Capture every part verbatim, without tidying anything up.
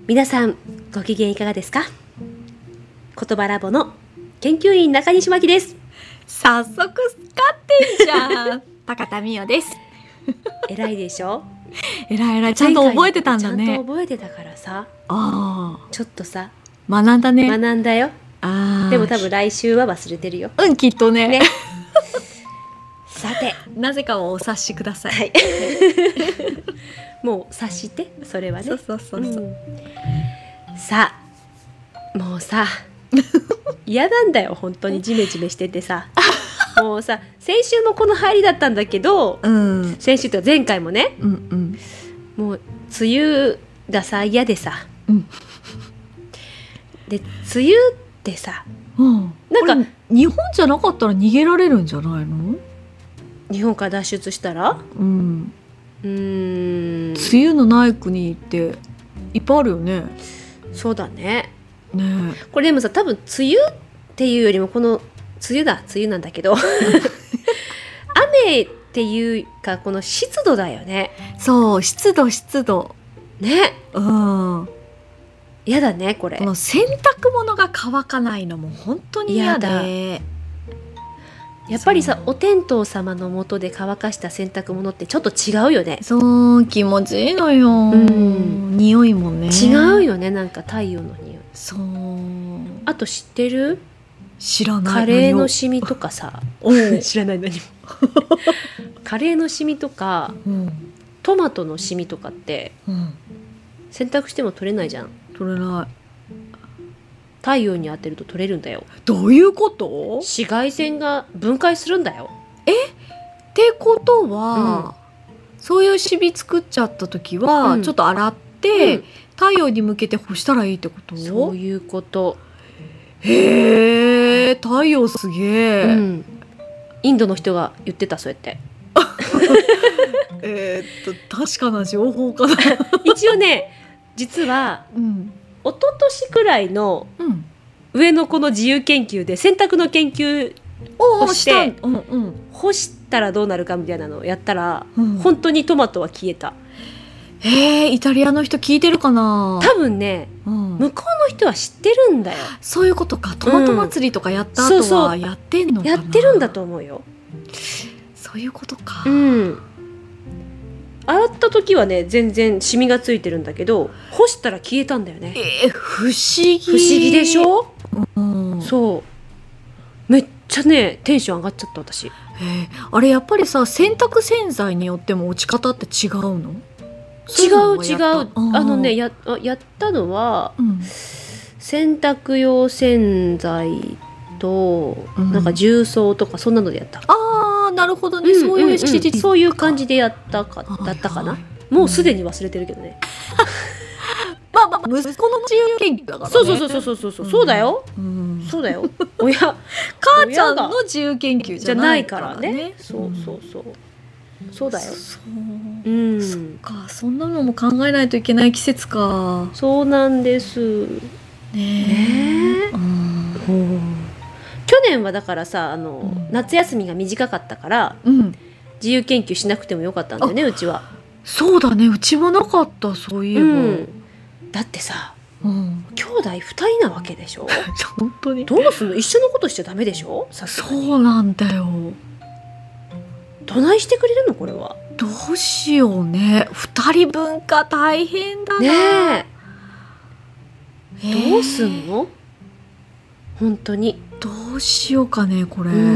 皆さんご機嫌いかがですか？言葉ラボの研究員中西真希です。 早速使ってんじゃん高田美代です。 偉いでしょ。 えらいえらい、ちゃんと覚えてたんだね。 ちゃんと覚えてたからさ、 あちょっとさ学んだね。 学んだよ。 あでも多分来週は忘れてるよ。 うん、きっとね。 ねさて、 なぜかをお察しください。 はいもう察してそれはね。 そうそうそうそう、 うんさあもうさ嫌なんだよ本当にジメジメしててさもうさ先週もこの入りだったんだけど、 うん、 先週と前回もね、 うんうんもう梅雨がさ嫌でさ、 うん、 で梅雨ってさ、 うん、 なんか日本じゃなかったら逃げられるんじゃないの？ 日本から脱出したら、 うん、 うーん梅雨のない国っていっぱいあるよね。 そうだね。 ねこれでもさ多分梅雨っていうよりもこの梅雨だ梅雨なんだけど雨っていうかこの湿度だよね。 そう、湿度湿度ね、 うん、 やだねこれ。 この洗濯物が乾かないのも本当に嫌嫌で、 やっぱりさお天道様の下で乾かした洗濯物ってちょっと違うよね。 そう気持ちいいのよ、うん、匂いもね違うよね、なんか太陽の匂い。 そうあと知ってる？ 知らないカレーのシミとかさ知らない何もカレーのシミとか、 うん、 トマトのシミとかって、 うん、 洗濯しても取れないじゃん。 取れない。 太陽に当てると取れるんだよ。 どういうこと？ 紫外線が分解するんだよ。 えってことは、うん、そういうシミ作っちゃった時は、うん、ちょっと洗って、うん、太陽に向けて干したらいいってこと？ そういうこと。 へえ、太陽すげえ、うん、 インドの人が言ってたそうやってえっと確かな情報かな一応ね実は、うん、一昨年くらいの上の子の自由研究で洗濯の研究をして、うんうん、干したらどうなるかみたいなのをやったら、うん、本当にトマトは消えた。 えー、イタリアの人聞いてるかな？ 多分ね、うん、向こうの人は知ってるんだよ。 そういうことか。トマト祭りとかやった後はやってんのかな、 うん、そうそうやってるんだと思うよ。 そういうことか。 うん。洗った時はね全然シミがついてるんだけど干したら消えたんだよね。 えー、不思議。 不思議でしょ、 うん、 そうめっちゃねテンション上がっちゃった私。 えー、あれやっぱりさ洗濯洗剤によっても落ち方って違うの？ 違う違う。あのね や, やったのは、うん、洗濯用洗剤と、うん、なんか重曹とかそんなのでやった。 あーなるほどね、うん、そういう指示、うん、 そういう感じでやったかだったかな、はいはい、もうすでに忘れてるけどねまあまあ息子の自由研究だからね。 そうそうそうそうそうそう、うん、そうだよ、うん、そうだよ親母ちゃんの自由研究じゃないからね。 じゃないからね、そうそうそうそうだよ。 そう、うん、そっか、そんなのも考えないといけない季節か。 そうなんですねえ、うん、去年はだからさあの、うん、夏休みが短かったから、うん、自由研究しなくてもよかったんだよねうちは。 そうだね、うちもなかった。そういえば、うん、 だってさ、うん、兄弟ふたりなわけでしょ本当にどうすんの？一緒のことしちゃダメでしょ。さすがにそうなんだよ。 どないしてくれるのこれは。 どうしようね。ふたりぶんか大変だな。 ねえ、どうすんの本当に。 どうしようかねこれ、うん、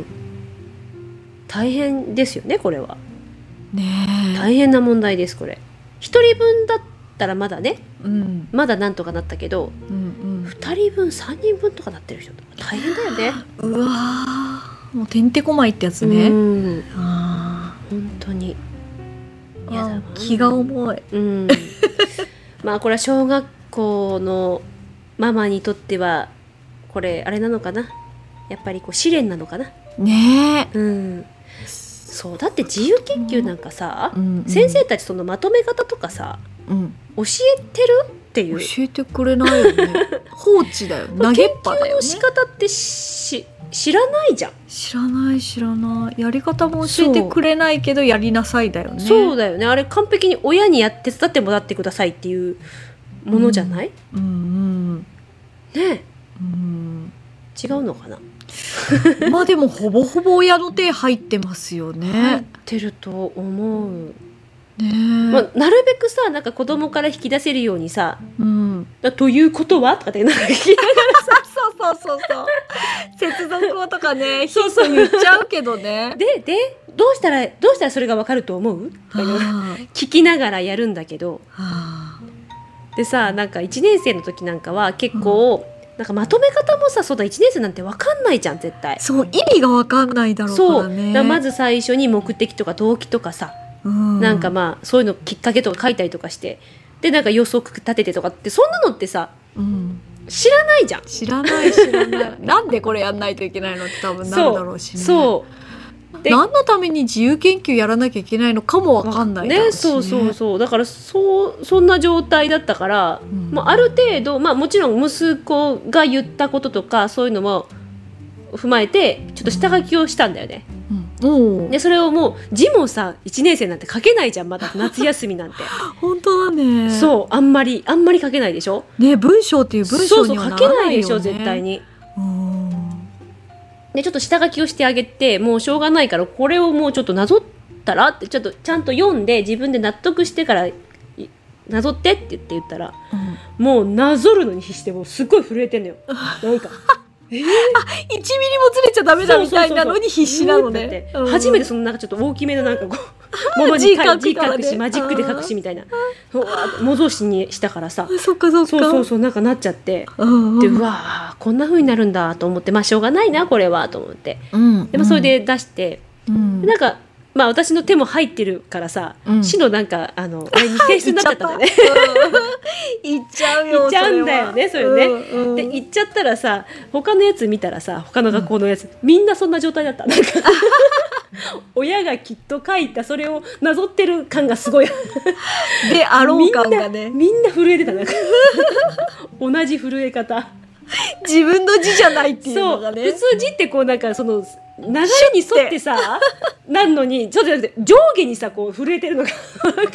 大変ですよねこれはね。 大変な問題ですこれ。ひとりぶんだったらまだね、うん、まだなんとかなったけど、うんうん、ふたりぶんさんにんぶんとかなってる人とか大変だよね。 うわもうてんてこまいってやつね。うんあ本当にやだわ。 気が重い、うん、 まあこれは小学校のママにとってはこれあれなのかな、やっぱりこう試練なのかなねえ、 うん、そうだって自由研究なんかさ、うんうん、先生たちそのまとめ方とかさ、うん、教えてるっていう。 教えてくれないよね放置だよ、投げっぱだよね。 研究の仕方ってし知らないじゃん。 知らない知らない。やり方も教えてくれないけどやりなさいだよね。 そうだよね。あれ完璧に親にやって手伝ってもらってくださいっていうものじゃない、 うんうん、 ねえ、 うん、 違うのかなまあでもほぼほぼ親の手入ってますよね。 入ってると思うね、 まあ、なるべくさなんか子供から引き出せるようにさ、 うん、 ということはとかってなんか聞きながらさそうそうそうそう接続語とかねヒント言っちゃうけどねででどうしたらどうしたらそれが分かると思うとか聞きながらやるんだけど、でさなんかいちねん生の時なんかは結構、うんなんかまとめ方もさそうだいちねん生なんて分かんないじゃん絶対。 そう意味が分かんないだろうからね。 そうだまず最初に目的とか動機とかさ、うん、なんかまあそういうのきっかけとか書いたりとかしてでなんか予測立ててとかってそんなのってさ、うん、知らないじゃん。 知らない知らないなんでこれやんないといけないのって多分なるだろうしね。そう何のために自由研究やらなきゃいけないのかも分かんないだろうしね。 ねそうそうそうだからそうそんな状態だったから、うん、もうある程度、まあ、もちろん息子が言ったこととかそういうのも踏まえてちょっと下書きをしたんだよね、うん、でそれをもう字もさいちねん生なんて書けないじゃんまだ夏休みなんて本当だね。 そうあんまりあんまり書けないでしょ、 ね、文章っていう文章にはならないよね。そうそう書けないでしょ絶対に。でちょっと下書きをしてあげてもうしょうがないからこれをもうちょっとなぞったらってちょっとちゃんと読んで自分で納得してからなぞってって言って言ったら、うん、もうなぞるのに必死でもうすっごい震えてんのよなんかえー、いちミリもずれちゃダメだみたいなのに必死なのね。 うん、初めてそのなんかちょっと大きめのなんかこうものに字書くしマジックで書くしみたいな模造紙にしたからさそっかそっかそうそうそうなんかなっちゃってでうわこんな風になるんだと思ってまあしょうがないなこれはと思って、うん、でもそれで出して、うん、なんかまあ私の手も入ってるからさ、うん、市のなんかあのあれに提出になっちゃったんだよね行っちゃうよ行っちゃうんだよねそれね、うんうん、で行っちゃったらさ他のやつ見たらさ他の学校のやつ、うん、みんなそんな状態だったなんか親がきっと書いたそれをなぞってる感がすごいであろう感がねみんな震えてたなんか同じ震え方自分の字じゃないっていうのがねそう普通字ってこうなんかその流れに沿ってさなんのにちょっとじゃなくて上下にさこう震えてるのが分かる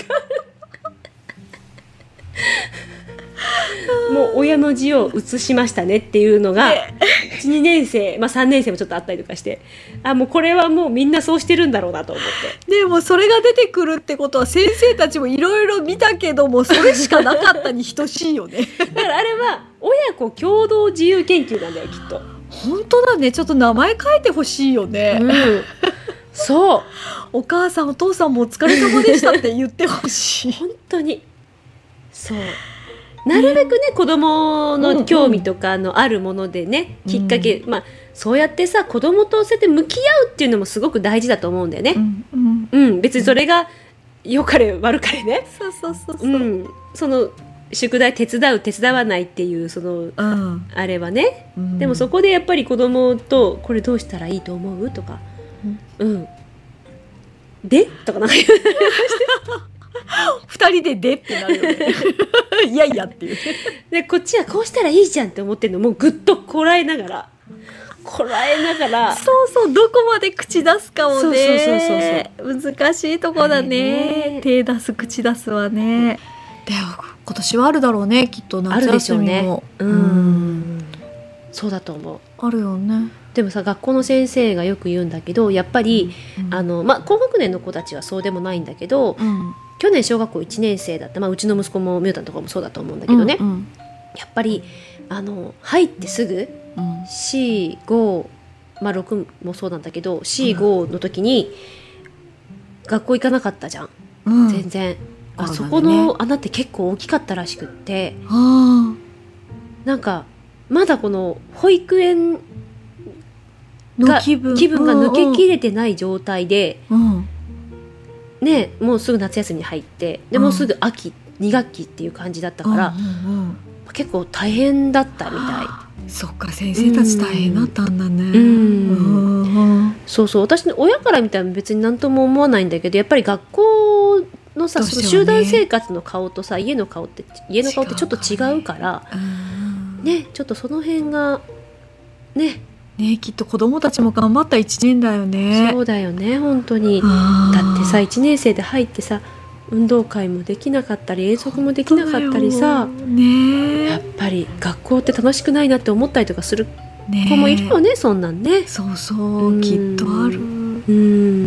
もう親の字を写しましたねっていうのがいち、にねん生、まあ、さんねん生もちょっとあったりとかしてあもうこれはもうみんなそうしてるんだろうなと思ってでもそれが出てくるってことは先生たちもいろいろ見たけどもそれしかなかったに等しいよねだからあれは親子共同自由研究なんだよきっと。 本当だねちょっと名前書いてほしいよね、うん、 そうお母さんお父さんもお疲れ様でしたって言ってほしい本当にそうなるべくね、ね子供の興味とかのあるものでね、うんうん、きっかけ、まあ、そうやってさ子供とそうやって向き合うっていうのもすごく大事だと思うんだよね、うんうんうん、別にそれが良かれ悪かれねそうそうそうそう、 うん、その宿題手伝う手伝わないっていうその、うん、あれはね、うん、でもそこでやっぱり子供とこれどうしたらいいと思うとか、うん、うん、でとかなんか言う二人ででってなるよねいやいやっていうでこっちはこうしたらいいじゃんって思ってるのもうぐっとこらえながらこらえながらそうそうどこまで口出すかもねそうそうそうそう難しいとこだね、手出す口出すはねで今年はあるだろうねきっと夏休みもあるでしょうね、うん、 そうだと思うあるよね。 でもさ学校の先生がよく言うんだけどやっぱり、うんあのまあ、高学年の子たちはそうでもないんだけど、うん、去年小学校いちねん生だった、まあ、うちの息子もミュータンとかもそうだと思うんだけどね、うんうん、やっぱりあの入ってすぐ、うん、シーご、まあ、ろくもそうなんだけど シーご の時に学校行かなかったじゃん、うん、全然あそこの穴って結構大きかったらしくって、あなんかまだこの保育園が気分、気分が抜けきれてない状態で、うんうんね、もうすぐ夏休みに入ってでもうすぐ秋、うん、に学期っていう感じだったから、うんうんうん、結構大変だったみたい。 そっか先生たち大変だったんだね、うんうん、そうそう私の親から見たら別に何とも思わないんだけどやっぱり学校のさ、その集団生活の顔とさ家の顔って家の顔ってちょっと違うからね、ちょっとその辺がねね、きっと子どもたちも頑張ったいちねんだよね。 そうだよね本当に。だってさいちねん生で入ってさ運動会もできなかったり遠足もできなかったりさ、 ね、 やっぱり学校って楽しくないなって思ったりとかする子もいるよね、そんなんね。 そうそう、きっとある。 うん、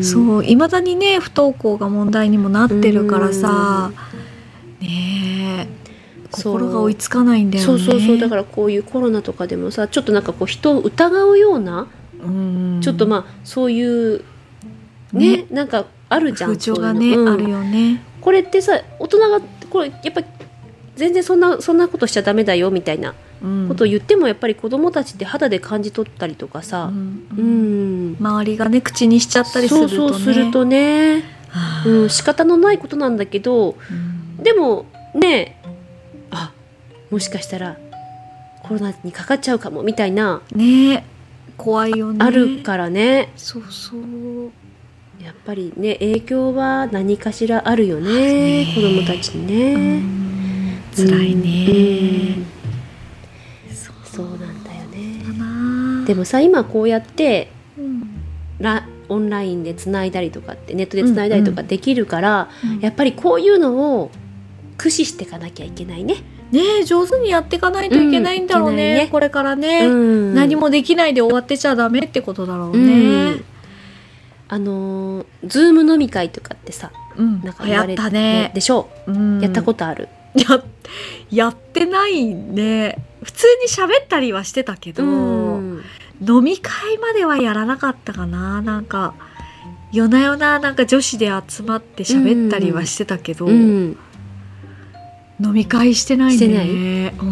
そういまだにね不登校が問題にもなってるからさ、ねえ心が追いつかないんだよね。 そうそうそう、だからこういうコロナとかでもさ、ちょっとなんかこう人を疑うような、うん、ちょっとまあそういうね、ね、なんかあるじゃん、 風潮がね、うん、あるよね。 これってさ、大人がこれやっぱり全然そんなそんなことしちゃダメだよみたいなことを言っても、やっぱり子どもたちって肌で感じ取ったりとかさ、うんうん、 周りがね口にしちゃったりするとね、 そうそうするとね、うん、仕方のないことなんだけど、うん、でもね、あ、もしかしたらコロナにかかっちゃうかもみたいな、 ね、怖いよね、 あるからね。 そうそう、 やっぱりね影響は何かしらあるよね、子どもたちにね。うん、 辛いね、 うん、そう、そうなんだよね。でもさ、今こうやって、うん、ラオンラインでつないだりとかってネットでつないだりとかできるから、うんうん、やっぱりこういうのを駆使していかなきゃいけないね。 ね、上手にやっていかないといけないんだろうね、うん、ね、これからね、うん、何もできないで終わってちゃダメってことだろうね、うん、 あのズーム飲み会とかってさ、うん、なんか言われて、 やったねでしょ、うん、やったことある？ や, やってないね。普通に喋ったりはしてたけど、うん、飲み会まではやらなかったかな。なんか夜な夜ななんか女子で集まって喋ったりはしてたけど、うんうん、飲み会してないね。 してない、 うん、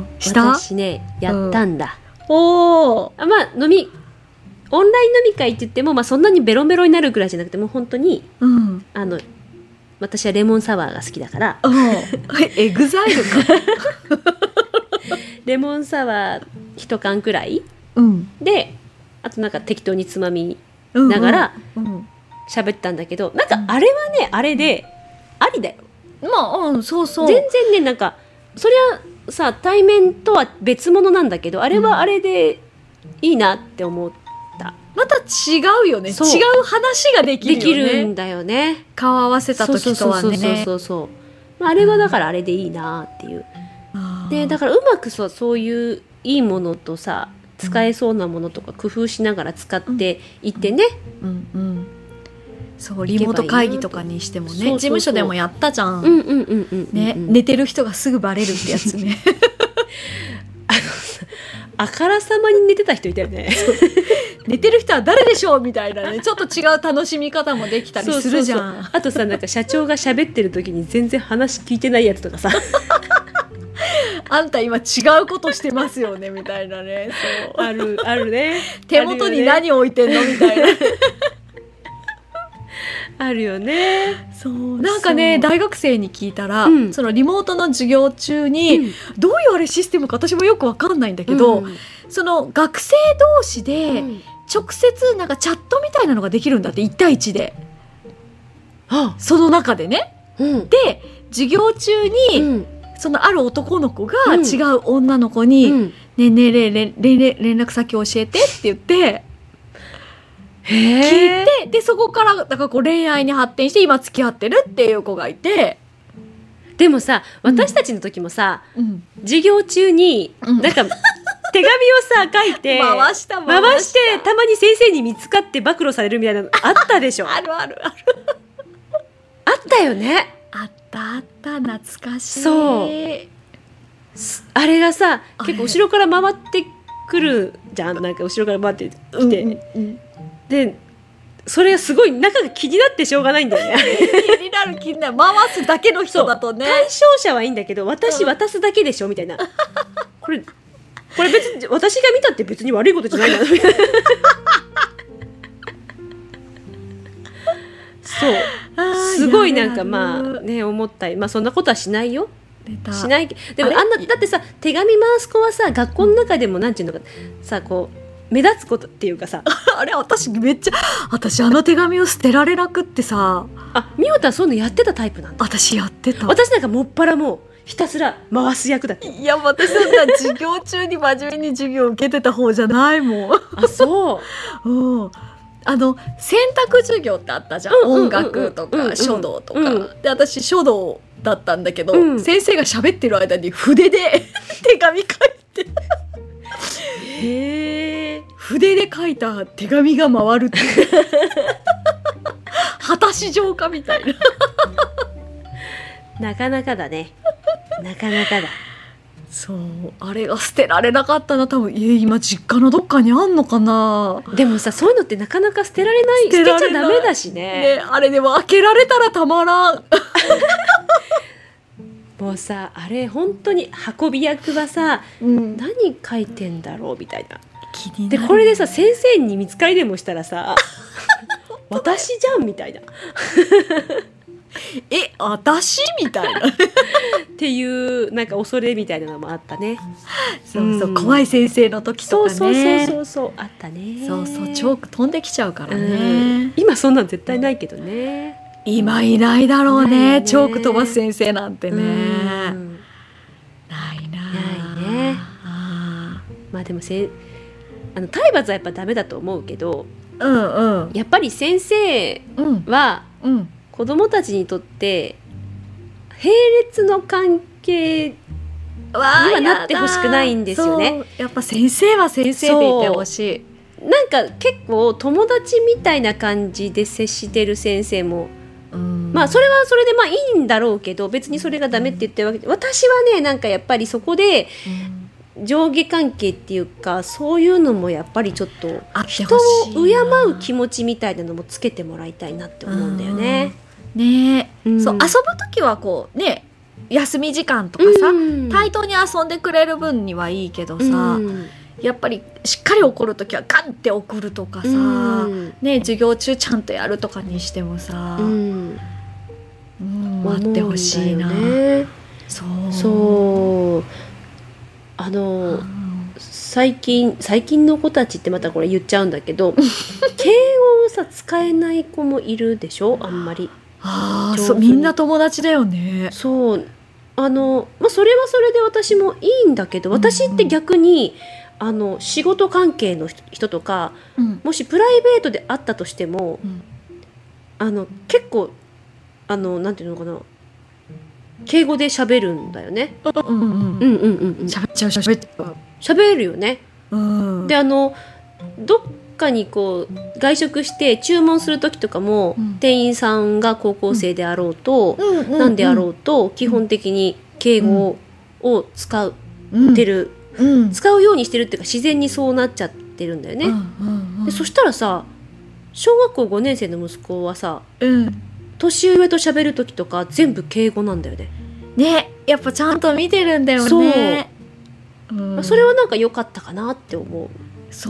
した？ 私ねやったんだ、 うん、おあ、まあ飲みオンライン飲み会って言っても、まあ、そんなにベロンベロンになるぐらいじゃなくて、もう本当に、うん、あの私はレモンサワーが好きだからエグザイルかレモンサワー一缶くらい、うん、であとなんか適当につまみながら喋ったんだけど、なんかあれはね、あれでありだよ。 まあ、うん、そうそう、 全然ね、なんかそりゃさ対面とは別物なんだけど、あれはあれでいいなって思う。 また違うよね。違う話ができるよね。できるんだよね。 顔合わせた時とはね。 そうそうそうそう。あれはだからあれでいいなっていう。でだからうまくそう、そういういいものとさ、使えそうなものとか工夫しながら使っていってね。うんうんうん、 そうリモート会議とかにしてもね、そうそうそう、事務所でもやったじゃん。うんうんうんうん、ね、寝てる人がすぐバレるってやつね。 あのさ、あからさまに寝てた人いたよね。 寝てる人は誰でしょうみたいなね、ちょっと違う楽しみ方もできたりするじゃん。そうそうそう、 あとさ、なんか社長が喋ってる時に全然話聞いてないやつとかさあんた今違うことしてますよねみたいなね。 そうあるあるね。 手元に何置いてんのみたいなあるよね。 そうなんかね、大学生に聞いたら、うん、そのリモートの授業中に、うん、どういうあれシステムか私もよく分かんないんだけど、うん、その学生同士で直接なんかチャットみたいなのができるんだって、いち対いちで、はあ、その中でね、うん、で授業中に、うん、そのある男の子が違う女の子に、うん、ねえねえ連絡先教えてって言って聞いて、でそこからだからこう恋愛に発展して今付き合ってるっていう子がいて。 でもさ、私たちの時もさ、うん、授業中になんか、うん、手紙をさ書いて回した回した回して、たまに先生に見つかって暴露されるみたいなのあったでしょ。 あるあるあるあったよね。 あったあった、懐かしい。 そうあれがさ結構後ろから回ってくるじゃん。なんか後ろから回ってきて、うんうんうん、でそれがすごい中が気になってしょうがないんだよね。 気になる気になる。回すだけの人だとね。 対象者はいいんだけど、私渡すだけでしょみたいな。これこれ別に私が見たって別に悪いことじゃないんだみたいな。そうすごいなんかまあね思ったり、まあそんなことはしないよ。しないけど、でもあんなだってさ、手紙回す子はさ学校の中でもなんていうのかさ、こう目立つことっていうかさあれ私めっちゃ私あの手紙を捨てられなくってさ。 あ、みおたんそういうのやってたタイプなんだ。 私やってた。 私なんかもっぱらもうひたすら回す役だった。 いや私そんな授業中に真面目に授業を受けてた方じゃないもん。 あ、そう、 うん、 あの選択授業ってあったじゃん、うんうんうん、音楽とか書道とか、うんうん、で私書道だったんだけど、うん、先生が喋ってる間に筆で手紙書いてへー、筆で書いた手紙が回るって果たし状かみたいななかなかだね、なかなかだ。 そう、あれが捨てられなかったな。多分家今実家のどっかにあんのかな。 でもさ、そういうのってなかなか捨てられない、捨てちゃダメだし ね, ね。あれでも開けられたらたまらんもうさ、あれ本当に運び役はさ、うん、何書いてんだろうみたいな。 気になる。 でこれでさ、先生に見つかりでもしたらさ私じゃんみたいなえ、私みたいなっていうなんか恐れみたいなのもあったね。 そうそう、うん、怖い先生の時とかね。 そうそうそうそうあったね。 そうそう、チョーク飛んできちゃうからね、うん、 今そんなん絶対ないけどね。 今いないだろう ね, ねチョーク飛ばす先生なんてね、うん、ないな。 ないね。あ、まあでもせあの体罰はやっぱダメだと思うけど、 うんうん、 やっぱり先生は、うんうん、子どもたちにとって並列の関係にはなってほしくないんですよね。 やっぱ先生は先生でいてほしい。 なんか結構友達みたいな感じで接してる先生も、うん、まあそれはそれでまあいいんだろうけど、別にそれがダメって言ってるわけで、私はね、なんかやっぱりそこで上下関係っていうか、そういうのもやっぱりちょっと人を敬う気持ちみたいなのもつけてもらいたいなって思うんだよね。 ねえ、うん、そう、遊ぶ時はこうね、休み時間とかさ、うん、対等に遊んでくれる分にはいいけどさ、うん、やっぱりしっかり怒る時はガンって怒るとかさ、うんね、授業中ちゃんとやるとかにしてもさ、うんうん、待ってほしいな、ね、そうそうあの、うん、最近最近の子たちってまたこれ言っちゃうんだけど敬語をさ使えない子もいるでしょ、あんまり。 あ、そう、みんな友達だよね。 そうあの、まあ、それはそれで私もいいんだけど、私って逆に、うん、あの仕事関係の人とか、うん、もしプライベートで会ったとしても、うん、あの結構あのなんていうのかな、敬語で喋るんだよね。うんうんうんうんうんうん、 喋っちゃう喋っちゃう喋るよね。うん、であのどっかにこう外食して注文する時とかも、うん、店員さんが高校生であろうと、うん、何であろうと、うん、基本的に敬語を使ってる、うん、使うようにしてるっていうか、自然にそうなっちゃってるんだよね、うんうんうん、でそしたらさ、小学校ごねん生の息子はさ、うん、年上と喋る時とか全部敬語なんだよね。 ね、やっぱちゃんと見てるんだよね。 そう、うん、それはなんか良かったかなって思う。 そう、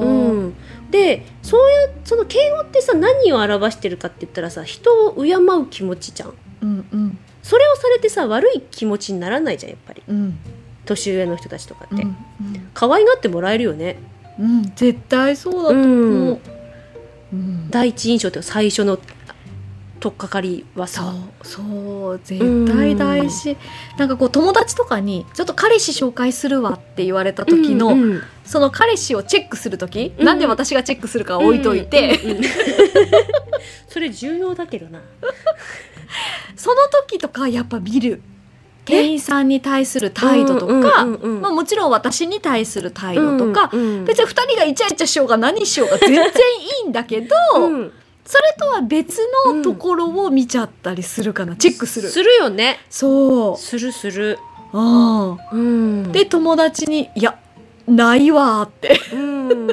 うん、 でそういうその敬語ってさ、何を表してるかって言ったらさ、人を敬う気持ちじゃん、うんうん、それをされてさ悪い気持ちにならないじゃん、やっぱり、うん、年上の人たちとかって、うんうん、可愛がってもらえるよね、 うん、絶対そうだと思う、うんうん、第一印象って最初のとっかかりはさ、 そうそう絶対大事、うん、なんかこう友達とかにちょっと彼氏紹介するわって言われた時の、うんうん、その彼氏をチェックする時、うん、なんで私がチェックするかは置いといて、うんうんうん、 それ重要だけどなその時とかやっぱ見る店員さんに対する態度とか、うんうんうんうん、まあ、もちろん私に対する態度とか、うんうん、別にふたりがイチャイチャしようが何しようが全然いいんだけど、うん、それとは別のところを見ちゃったりするかな、うん、チェックするするよね。 そうするする、 あ、うん、で友達にいやないわって、うん、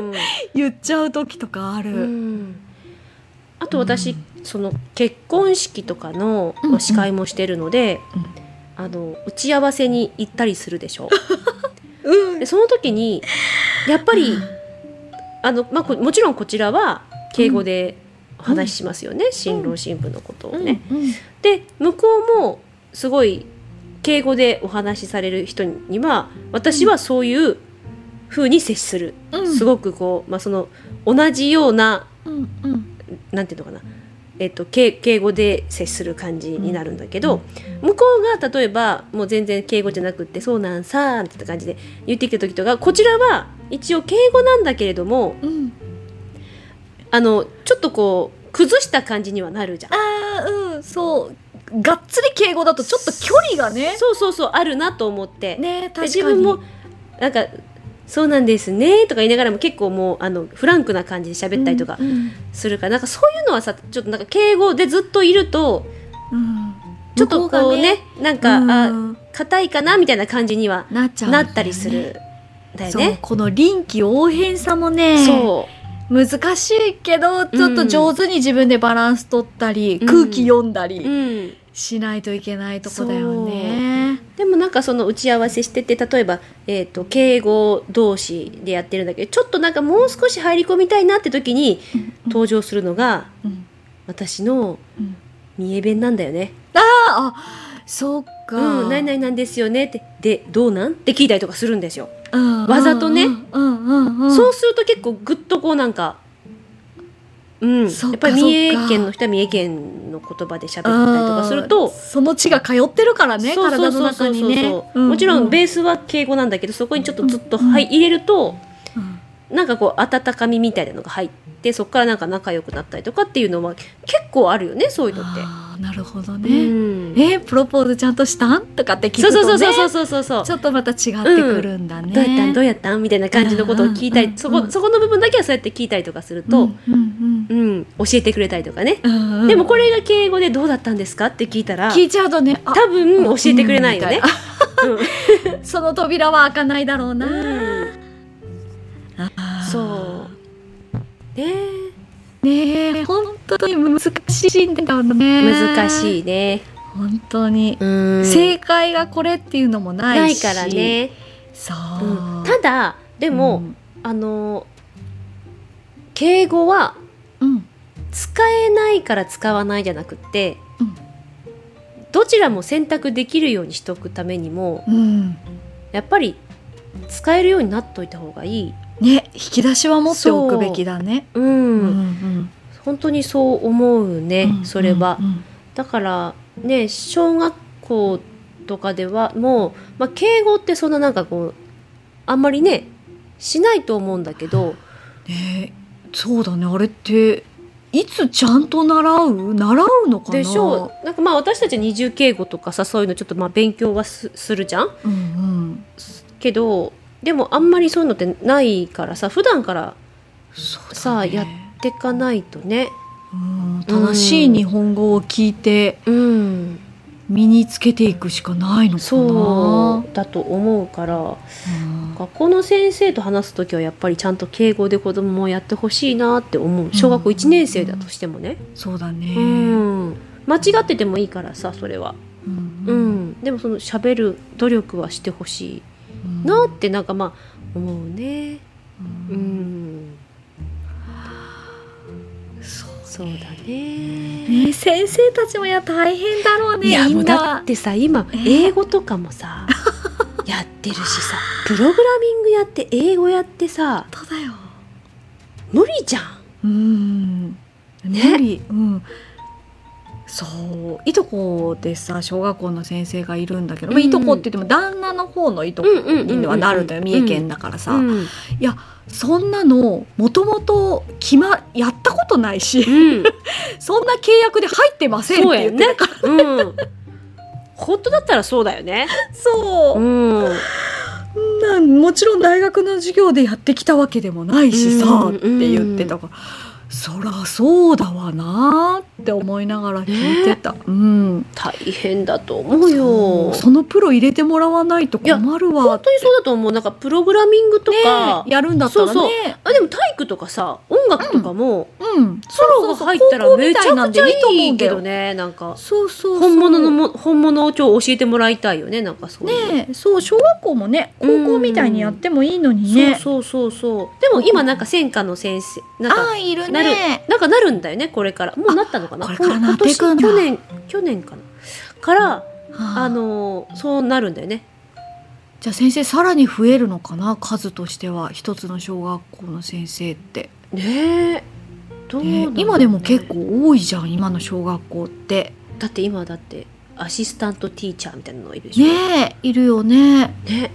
言っちゃう時とかある、うん、 あと私、うん、その結婚式とかの司会もしてるので、うんうん、あの打ち合わせに行ったりするでしょ、うん、でその時にやっぱり、うん、あのまあ、もちろんこちらは敬語でお話ししますよね、うん、新郎新婦のことをね、うんうん、で向こうもすごい敬語でお話しされる人には私はそういう風に接する、うん、すごくこう、まあ、その同じような、うんうん、なんていうのかな、えっと、敬, 敬語で接する感じになるんだけど、うん、向こうが例えばもう全然敬語じゃなくってそうなんさーって感じで言ってきた時とか、こちらは一応敬語なんだけれども、うん、 あのちょっとこう崩した感じにはなるじゃん。 あーうんそうがっつり敬語だとちょっと距離がねそうそうそうあるなと思ってね確かに自分もなんかそうなんですねとか言いながらも結構もうあのフランクな感じで喋ったりとかするから、うんうん、なんかそういうのはさちょっとなんか敬語でずっといると、うん、ちょっとこう ね, ねなんか、うん、あ硬いかなみたいな感じには な, っちゃう、ね、なったりするだよね。 そうこの臨機応変さもねそう難しいけどちょっと上手に自分でバランス取ったり、うん、空気読んだり、うんしないといけないとこだよね。 でもなんかその打ち合わせしてて例えば、えーと、敬語同士でやってるんだけどちょっとなんかもう少し入り込みたいなって時に登場するのが、うんうん、私の三重弁なんだよね。 ああそうか、 うん、何々なんですよねってでどうなんって聞いたりとかするんですよ、うん、わざとね、うんうんうん、そうすると結構グッとこうなんかうん、やっぱり三重県の人は三重県の言葉で喋ったりとかするとその血が通ってるからね体の中にねもちろんベースは敬語なんだけどそこにちょっとずっと、はい、入れると、うん、なんかこう温かみみたいなのが入ってそこからなんか仲良くなったりとかっていうのは結構あるよねそういうのって。 あなるほどね、うん、えプロポーズちゃんとしたんとかって聞くとねそうそうそうそうそうそうちょっとまた違ってくるんだね、うん、 どうやったんどうやったんみたいな感じのことを聞いたり、うん、そこ、そこの部分だけはそうやって聞いたりとかすると、うんうんうんうん、教えてくれたりとかね、うんうん、でもこれが敬語でどうだったんですかって聞いたら聞いちゃうとね多分教えてくれないよね、 うん、その扉は開かないだろうな、うん、 そうねねえ本当に難しいんだよね。 難しいね本当に正解がこれっていうのもないしないからねそう、うん、ただでも、うん、あの敬語は、うん、使えないから使わないじゃなくって、うん、どちらも選択できるようにしておくためにも、うん、やっぱり使えるようになっといた方がいいね。引き出しは持っておくべきだね。う、うんうんうん、 本当にそう思うね、うんうんうん、それはだからね小学校とかではもう、まあ、敬語ってそんななんかこうあんまりねしないと思うんだけど、 ね、そうだねあれっていつちゃんと習う習うのかなでしょう。なんかまあ私たちは二重敬語とかさそういうのちょっとまあ勉強は す, するじゃん、うんうん、けどでもあんまりそういうのってないからさ普段からさ、ね、やってかないとね、 うん、正しい日本語を聞いて、うん、身につけていくしかないのかな。 そうだと思うから、うん、学校の先生と話すときはやっぱりちゃんと敬語で子供もやってほしいなって思う。小学校いちねん生だとしてもね、うん、 そうだね、 うん、間違っててもいいからさそれは、うんうん、でもその喋る努力はしてほしいなってなんかまあ思うね、うん、うん、そう、そうだね。 ね先生たちもや大変だろうね。 いやもうだってさ今英語とかもさ、えー、やってるしさプログラミングやって英語やってさそうだよ無理じゃん。 うんね無理、うん、そういとこでさ小学校の先生がいるんだけど、うんまあ、いとこって言っても旦那の方のいとこにはなるんだよ、三重県だからさ、うん、いやそんなのもともと決まやったことないし、うん、そんな契約で入ってませんって言ってたからね、うん、 本当だったらそうだよね。 そう、うん、なもちろん大学の授業でやってきたわけでもないしさ、うん、って言ってたから、そらそうだわなって思いながら聞いてた、ねうん、 大変だと思うよ。 そ, そのプロ入れてもらわないと困るわ。 本当にそうだと思う。なんかプログラミングとか、 ね、やるんだったらね。そうそうあでも体育とかさ音楽とかも、うんうん、プロが入ったらめちゃくちゃいいけどね。なんかそうそうそう本物のも本物を超教えてもらいたいよね。なんかそういうねそう小学校もね高校みたいにやってもいいのにね、 うん、そうそうそうそう。でも今なんか専科の先生なんかあいるねなるなんかなるんだよねこれから。もうなったのかな。 これからなっていくんだ。 去年去年かなから、はあ、あのそうなるんだよね。 じゃあ先生さらに増えるのかな数としては一つの小学校の先生ってねえどうだろうね。 ね今でも結構多いじゃん今の小学校って。 だって今だってアシスタントティーチャーみたいなのいるでしょ。 ねえいるよね。 ね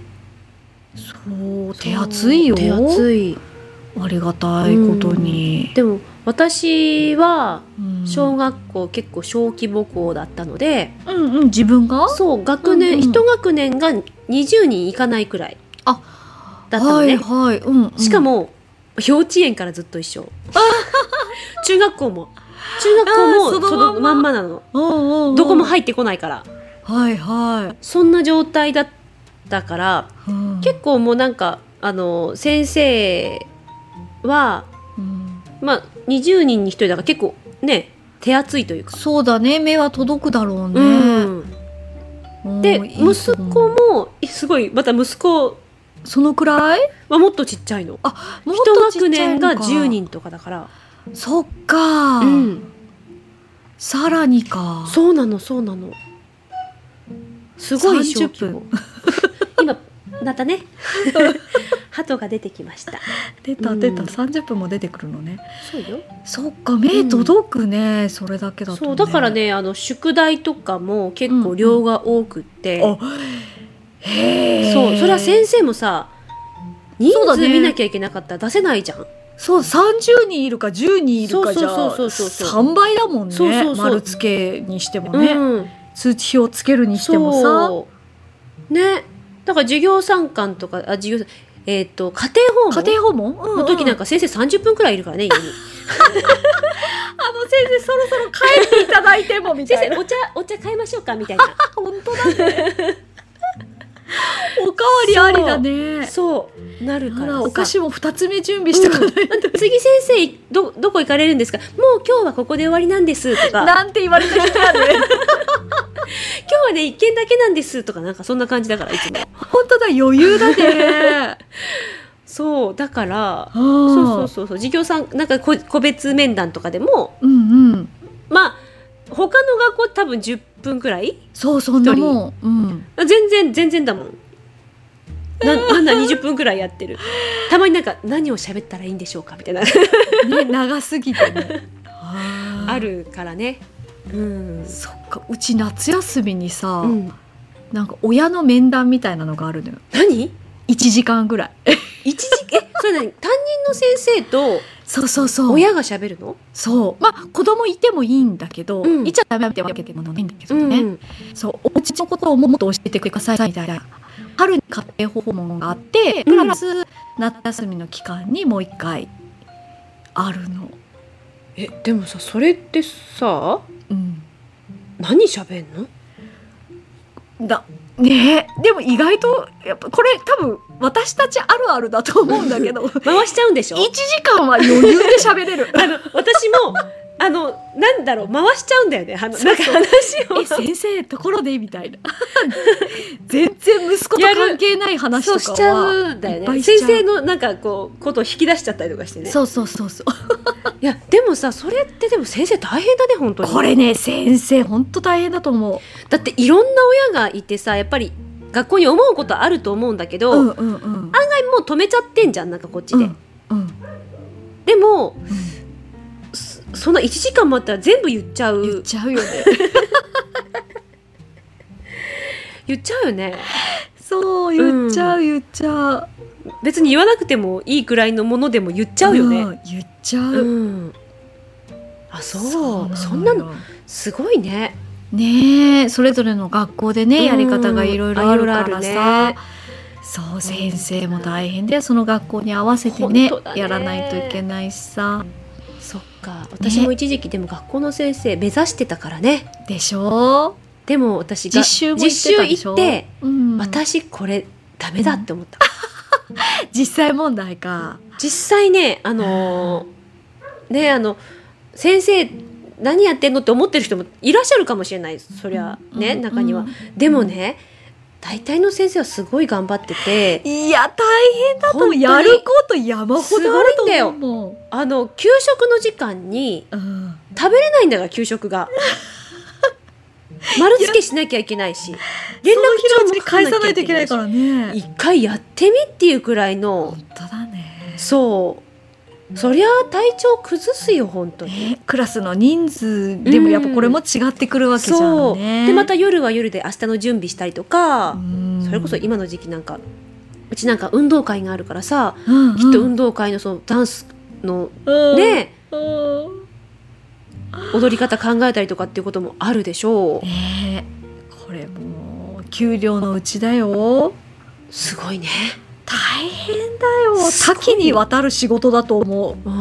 そう手厚いよ。 手厚いありがたいことに、 うん、でも私は小学校、うん、結構小規模校だったので、 うんうん、自分がそう学年、うんうん、一学年がにじゅうにんいかないくらいだったのね、 はいはい、うんうん、 しかも幼稚園からずっと一緒中学校も中学校もそのまんまなの、うんうんうん、どこも入ってこないから、 はいはい、 そんな状態だったから、うん、結構もうなんかあの先生は、うん、まあにじゅうにんにひとりだから結構ね手厚いというか、 そうだね、目は届くだろうね、 うん、で息子もすごいまた息子そのくらいはもっとちっちゃいの、 あもっとちっちゃいのか、一学年がじゅうにんとかだから、 そっか、うん、さらにか、 そうなのそうなの、すごい小規模今またね鳩が出てきました、 出た出た、うん、さんじゅっぷんも出てくるのね、 そうよ、 そっか、目届くね、うん、それだけだとね、 そうだからね、あの宿題とかも結構量が多くって、うんうん、へー、そう、それは先生もさ人数見なきゃいけなかったら出せないじゃん、 そう、さんじゅうにんいるかじゅうにんいるかじゃさんばいだもんね、そうそうそう、丸付けにしてもね、うん、通知表つけるにしてもさ、 そうね、だから授業参観とか、あ、授業、えー、と家庭訪問家庭訪問の時なんか先生さんじゅっぷんくらいいるからね、家にあの先生そろそろ帰っていただいてもみたいな先生お茶お茶買いましょうかみたいな本当だねおかわりありだね、 そうなるからさ、 お菓子もふたつめ準備してかないと、 うん、次先生 ど, どこ行かれるんですか、もう今日はここで終わりなんですとかなんて言われた人やね今日はね一件だけなんですとか、なんかそんな感じだから、いつも本当だ、余裕だねそうだから、そうそうそうそう、授業さんなんか個別面談とかでも、 うんうん、 まあ他の学校多分じゅっぷんくらい、 そうそんなもん、うん、 全然全然だもん、な, なんだにじゅっぷんくらいやってる、たまになんか何を喋ったらいいんでしょうかみたいな、 ね、長すぎてねあるからね、うん、 そっか、うち夏休みにさ、うん、なんか親の面談みたいなのがあるのよ。 何いちじかんぐらいいちじかんえそれ何、担任の先生とそうそうそう親が喋るの？ そう、まあ子供いてもいいんだけど、うん、いちゃダメってわけでもないんだけどね、うん、そうお家のことをもっと教えてくださいみたいな、春に家庭訪問があって、プラス夏休みの期間にもう一回あるの。 えでもさ、それってさ、うん、何喋んの？ だねえ、でも意外とやっぱこれ多分私たちあるあるだと思うんだけど回しちゃうんでしょ。 いちじかんは余裕で喋れるあの私もあのなんだろう回しちゃうんだよね、あのなんか話をえ先生ところでみたいな全然息子と関係ない話とかはそうしちゃうんだよね。先生のなんかこうことを引き出しちゃったりとかしてね。 そうそうそうそういやでもさ、それってでも先生大変だね本当に。 これね先生本当大変だと思う。 だっていろんな親がいてさ、やっぱり学校に思うことあると思うんだけど、うんうんうん、案外もう止めちゃってんじゃん、なんかこっちで、うんうん、でも、うん、そ, そんないちじかん待ったら全部言っちゃう言っちゃうよね言っちゃうよね。 そう言っちゃう、うん、言っちゃう。 別に言わなくてもいいくらいのものでも言っちゃうよね、 うん、言っちゃう、うん、 あそう、そうなそんなのすごいね。 ねえ、それぞれの学校でね、うん、やり方がいろいろあるからさ、ね、そう先生も大変で、その学校に合わせて ね, ねやらないといけないしさ。 そっか、私も一時期でも学校の先生目指してたからね。 でしょ。 でも私が実習も行ってたでしょ。 実習行って、うん、私これダメだって思った、 うん、実際問題か。 実際ね、あのー、ねあの先生何やってんのって思ってる人もいらっしゃるかもしれない、そりゃね、うん、中には、うん、でもね、大体の先生はすごい頑張ってて、 いや大変だと、やること山ほどあると思う。 あの給食の時間に、うん、食べれないんだから給食が丸付けしなきゃいけないし、 連絡帳に返さないといけないからね。 一回やってみっていうくらいの。 本当だね。 そうそりゃ体調崩すよ本当に、 ね、クラスの人数でもやっぱこれも違ってくるわけじゃんね、うん、そうでまた夜は夜で明日の準備したりとか、うん、それこそ今の時期なんかうちなんか運動会があるからさ、うんうん、きっと運動会のそのダンスの、うん、ね踊り方考えたりとかっていうこともあるでしょう。 ねえ、これもう給料のうちだよ。 すごいね。 大変だよ。多岐にわたる仕事だと思う。うん、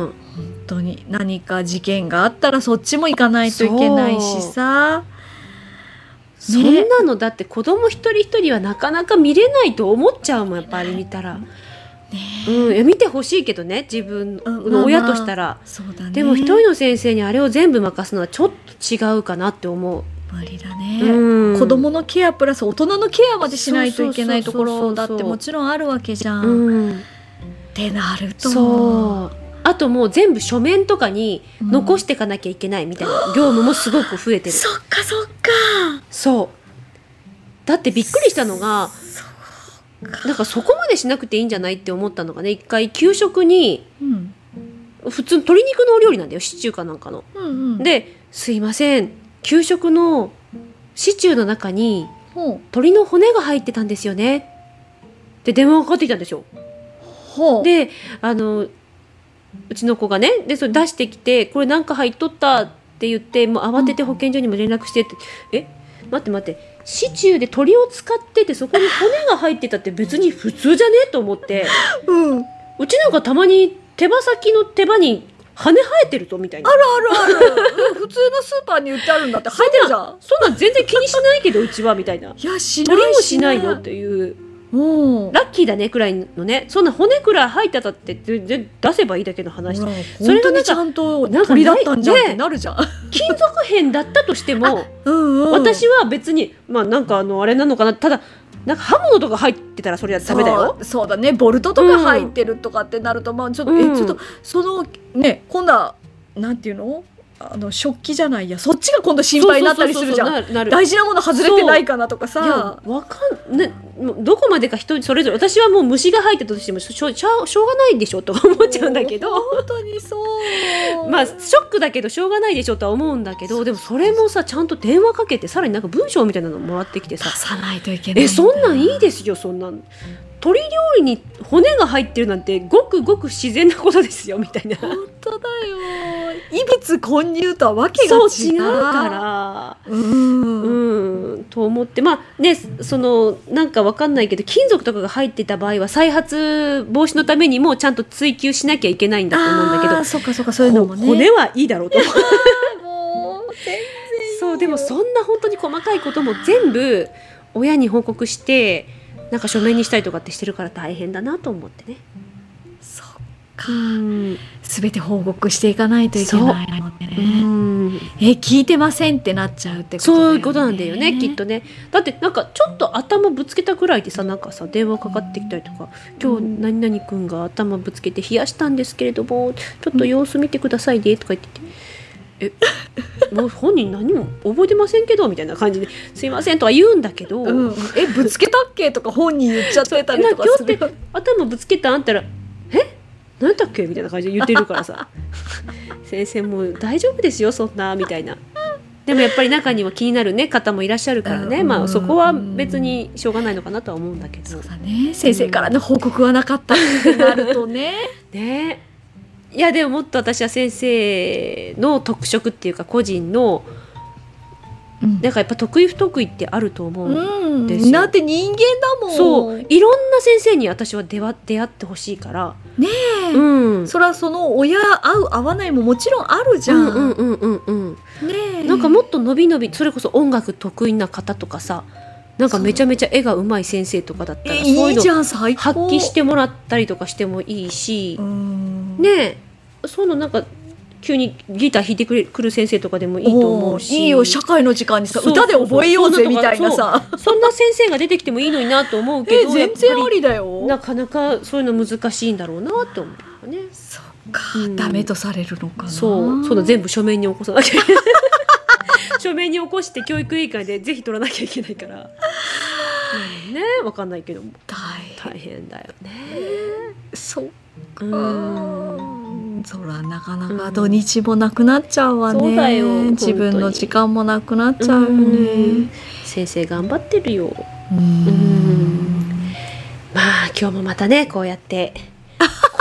本当に何か事件があったらそっちも行かないといけないしさ。 そんなのだって子供一人一人はなかなか見れないと思っちゃうもん、やっぱり見たら。ねうん、いや見てほしいけどね、自分の親としたら、まあまあそうだね、でも一人の先生にあれを全部任すのはちょっと違うかなって思う。 無理だね、うん、子供のケアプラス大人のケアまでしないといけないところだってもちろんあるわけじゃん、うん、ってなるとそうあともう全部書面とかに残していかなきゃいけないみたいな業務もすごく増えてる、うん、 そっかそっかそうだってびっくりしたのがなんかそこまでしなくていいんじゃないって思ったのがね、一回給食に、うん、普通鶏肉のお料理なんだよ、シチューかなんかの、うんうん、ですいません給食のシチューの中に鶏の骨が入ってたんですよねって電話がかかってきたんですよ。であのうちの子がねでそれ出してきてこれなんか入っとったって言ってもう慌てて保健所にも連絡してって、うん、え待って待ってシチューで鶏を使っててそこに骨が入ってたって別に普通じゃねと思って、うん、うちなんかたまに手羽先の手羽に羽生えてるとみたいなあるあるある普通のスーパーに売ってあるんだって生えてるじゃんそんなん全然気にしないけどうちはみたいないやしない鳥もしないよっていうラッキーだねくらいのねそんな骨くらい入ってたって全然出せばいいだけの話それがねちゃんと鳥だったんじゃんってなるじゃん、ね、 金属片だったとしても、うんうん、私は別にまあなんかあのあれなのかなただなんか刃物とか入ってたらそれはダメだよ。 そう、そうだねボルトとか入ってるとかってなると、うん、まあちょっと、うん、えちょっとそのね今度はなんていうのあの食器じゃないやそっちが今度心配になったりするじゃん大事なもの外れてないかなとかさいやわかん、ね、どこまでか人それぞれ私はもう虫が入ってたとしてもしょ, しょ, しょうがないでしょと思っちゃうんだけど本当にそうまあショックだけどしょうがないでしょとは思うんだけどでもそれもさちゃんと電話かけてさらになんか文章みたいなのもらってきてさ出さないといけないえそんなんいいですよそんなん鶏料理に骨が入ってるなんてごくごく自然なことですよみたいな本当だよ異物混入とはわけが違うそう違うからうんうんと思ってまあねそのなんかわかんないけど金属とかが入ってた場合は再発防止のためにもちゃんと追求しなきゃいけないんだと思うんだけどあそうかそうかそういうのもね骨はいいだろうともう全然そうでもそんな本当に細かいことも全部親に報告してなんか書面にしたりとかってしてるから大変だなと思ってねそっか全て報告していかないといけないのでねうんえ聞いてませんってなっちゃうってことだよねそういうことなんだよねきっとねだってなんかちょっと頭ぶつけたくらいでさなんかさ電話かかってきたりとか今日何々くんが頭ぶつけて冷やしたんですけれどもちょっと様子見てくださいねとか言っててえもう本人何も覚えてませんけどみたいな感じですいませんとは言うんだけど、うん、 えぶつけたっけとか本人言っちゃってたりとかする今日って頭ぶつけたあんたらえ何だっけみたいな感じで言ってるからさ先生もう大丈夫ですよそんなみたいなでもやっぱり中には気になる、ね、方もいらっしゃるからね、うんまあ、そこは別にしょうがないのかなとは思うんだけどそうだね先生からの報告はなかったってなるとねねいやでももっと私は先生の特色っていうか個人の、うん、なんかやっぱ得意不得意ってあると思うんですよ、うん、 だって人間だもんそういろんな先生に私は出会ってほしいからねえ、うん、それはその親合う合わないももちろんあるじゃん、うんうんうんうん、ねえなんかもっと伸び伸びそれこそ音楽得意な方とかさなんかめちゃめちゃ絵が上手い先生とかだったらそういうの発揮してもらったりとかしてもいいしねえそういうのなんか急にギター弾いてくれくる先生とかでもいいと思うしいいよ社会の時間にさ歌で覚えようぜみたいなさそ, そんな先生が出てきてもいいのになと思うけど全然ありだよなかなかそういうの難しいんだろうなと思うねそっか、うん、ダメとされるのかなそうそうだ全部書面に起こさなきゃいけない書面に起こして教育委員会でぜひ取らなきゃいけないから、うん、ね分かんないけども大変だよねそっかうんそらなかなか土日もなくなっちゃうわね、うん、そうだよ自分の時間もなくなっちゃうよね先生頑張ってるようんうんまあ今日もまたねこうやって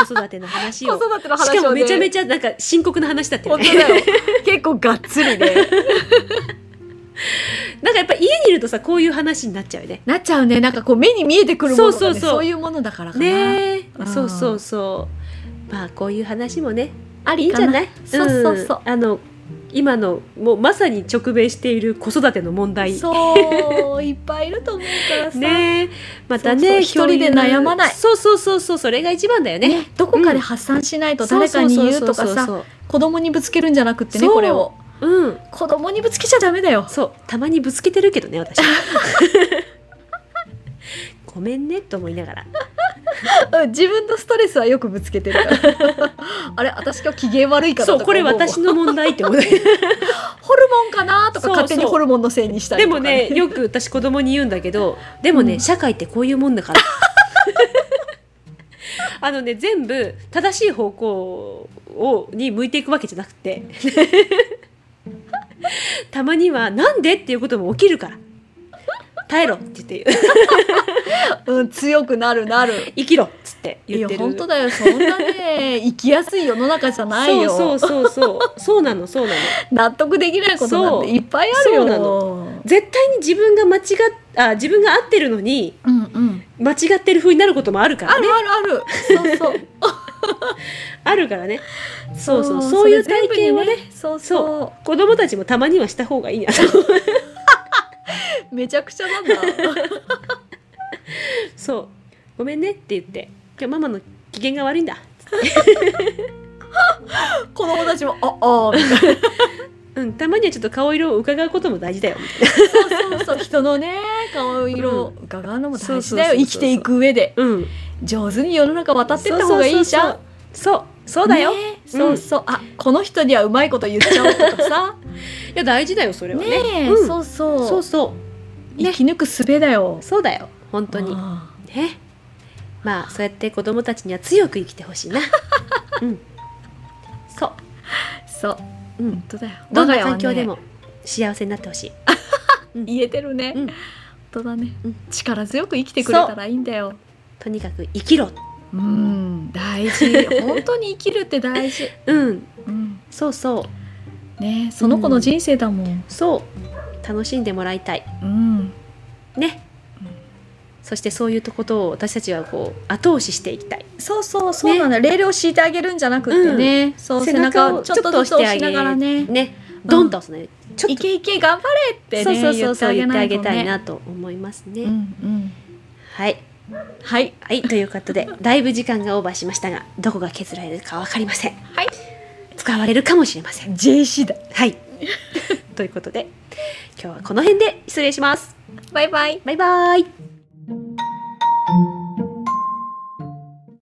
子育ての話を子育ての話を、ね、 しかもめちゃめちゃなんか深刻な話だったよね。 本当だよ結構がっつりでなんかやっぱ家にいるとさこういう話になっちゃうよね。 なっちゃうね。なんかこう目に見えてくるものが、ね、 そうそうそうそういうものだからかな。 ね、そうそうそうまあこういう話もねありいいんじゃない。 そうそうそう、 うん、あの今のもうまさに直面している子育ての問題そういっぱいいると思うからさねまたね一人で悩まない。 そうそうそうそうそれが一番だよね。 ねどこかで発散しないと誰かに言うとかさ子供にぶつけるんじゃなくってねこれを、うん、子供にぶつけちゃダメだよ。 そうたまにぶつけてるけどね私ごめんねと思いながら自分のストレスはよくぶつけてるからあれ私が機嫌悪いかなとかそうこれ私の問題って思うホルモンかなとか勝手にホルモンのせいにしたりとか、ね、 でもねよく私子供に言うんだけどでもね、うん、社会ってこういうもんだからあのね全部正しい方向をに向いていくわけじゃなくてたまにはなんでっていうことも起きるから耐えろって言ってうん、強くなるなる生きろっつって言ってる。 いや本当だよそんなね生きやすい世の中じゃないよ。 そうそうそうそうそうなのそうなの納得できないことなんていっぱいあるよ。 そうなの絶対に自分が間違っあ自分が合ってるのに、うんうん、間違ってる風になることもあるからね。 あるあるあるそうそうあるからね。そうそうそういう体験をねそうそう子供たちもたまにはした方がいいなとめちゃくちゃなんだそうごめんねって言って今日ママの機嫌が悪いんだ子供たちもああみたいなうん、たまにはちょっと顔色を伺うことも大事だよみたいなそうそうそう人のね顔色を伺うのも大事だよ、うん、生きていく上で、うん、上手に世の中渡ってった方がいいじゃん。 そうそうだよ、 ね、そうそう、うん、あこの人にはうまいこと言っちゃおうとかさいや大事だよそれはね。 ね、うん、そうそうそうそう、 ね、生き抜く術だよ。 そうだよ本当にね。まあそうやって子供たちには強く生きてほしいな、うん、そうそう、うん、本当だよ。 どんな環境でも幸せになってほしい、 うん、言えてるね、うん、本当だね、うん、力強く生きてくれたらいいんだよ。 とにかく生きろ。 うん大事本当に生きるって大事うん、うん、そうそうねその子の人生だもん、うん、 そう楽しんでもらいたい、うん、ね、うん、そしてそういうことを私たちはこう後押ししていきたい。 そうそうそうなんだ、ね、レールを敷いてあげるんじゃなくってね、うん、そう背中をちょっとずつ押しながらねねドンと押すね、 うん、ちょっといけいけ頑張れってねそうそうそうそう言ってあげたいなと思いますね、 うんうん、 はいはい、はい、ということでだいぶ時間がオーバーしましたがどこが削られるか分かりません、はい、使われるかもしれませんジェーシー だはいということで今日はこの辺で失礼します。 バイバイバイバイ。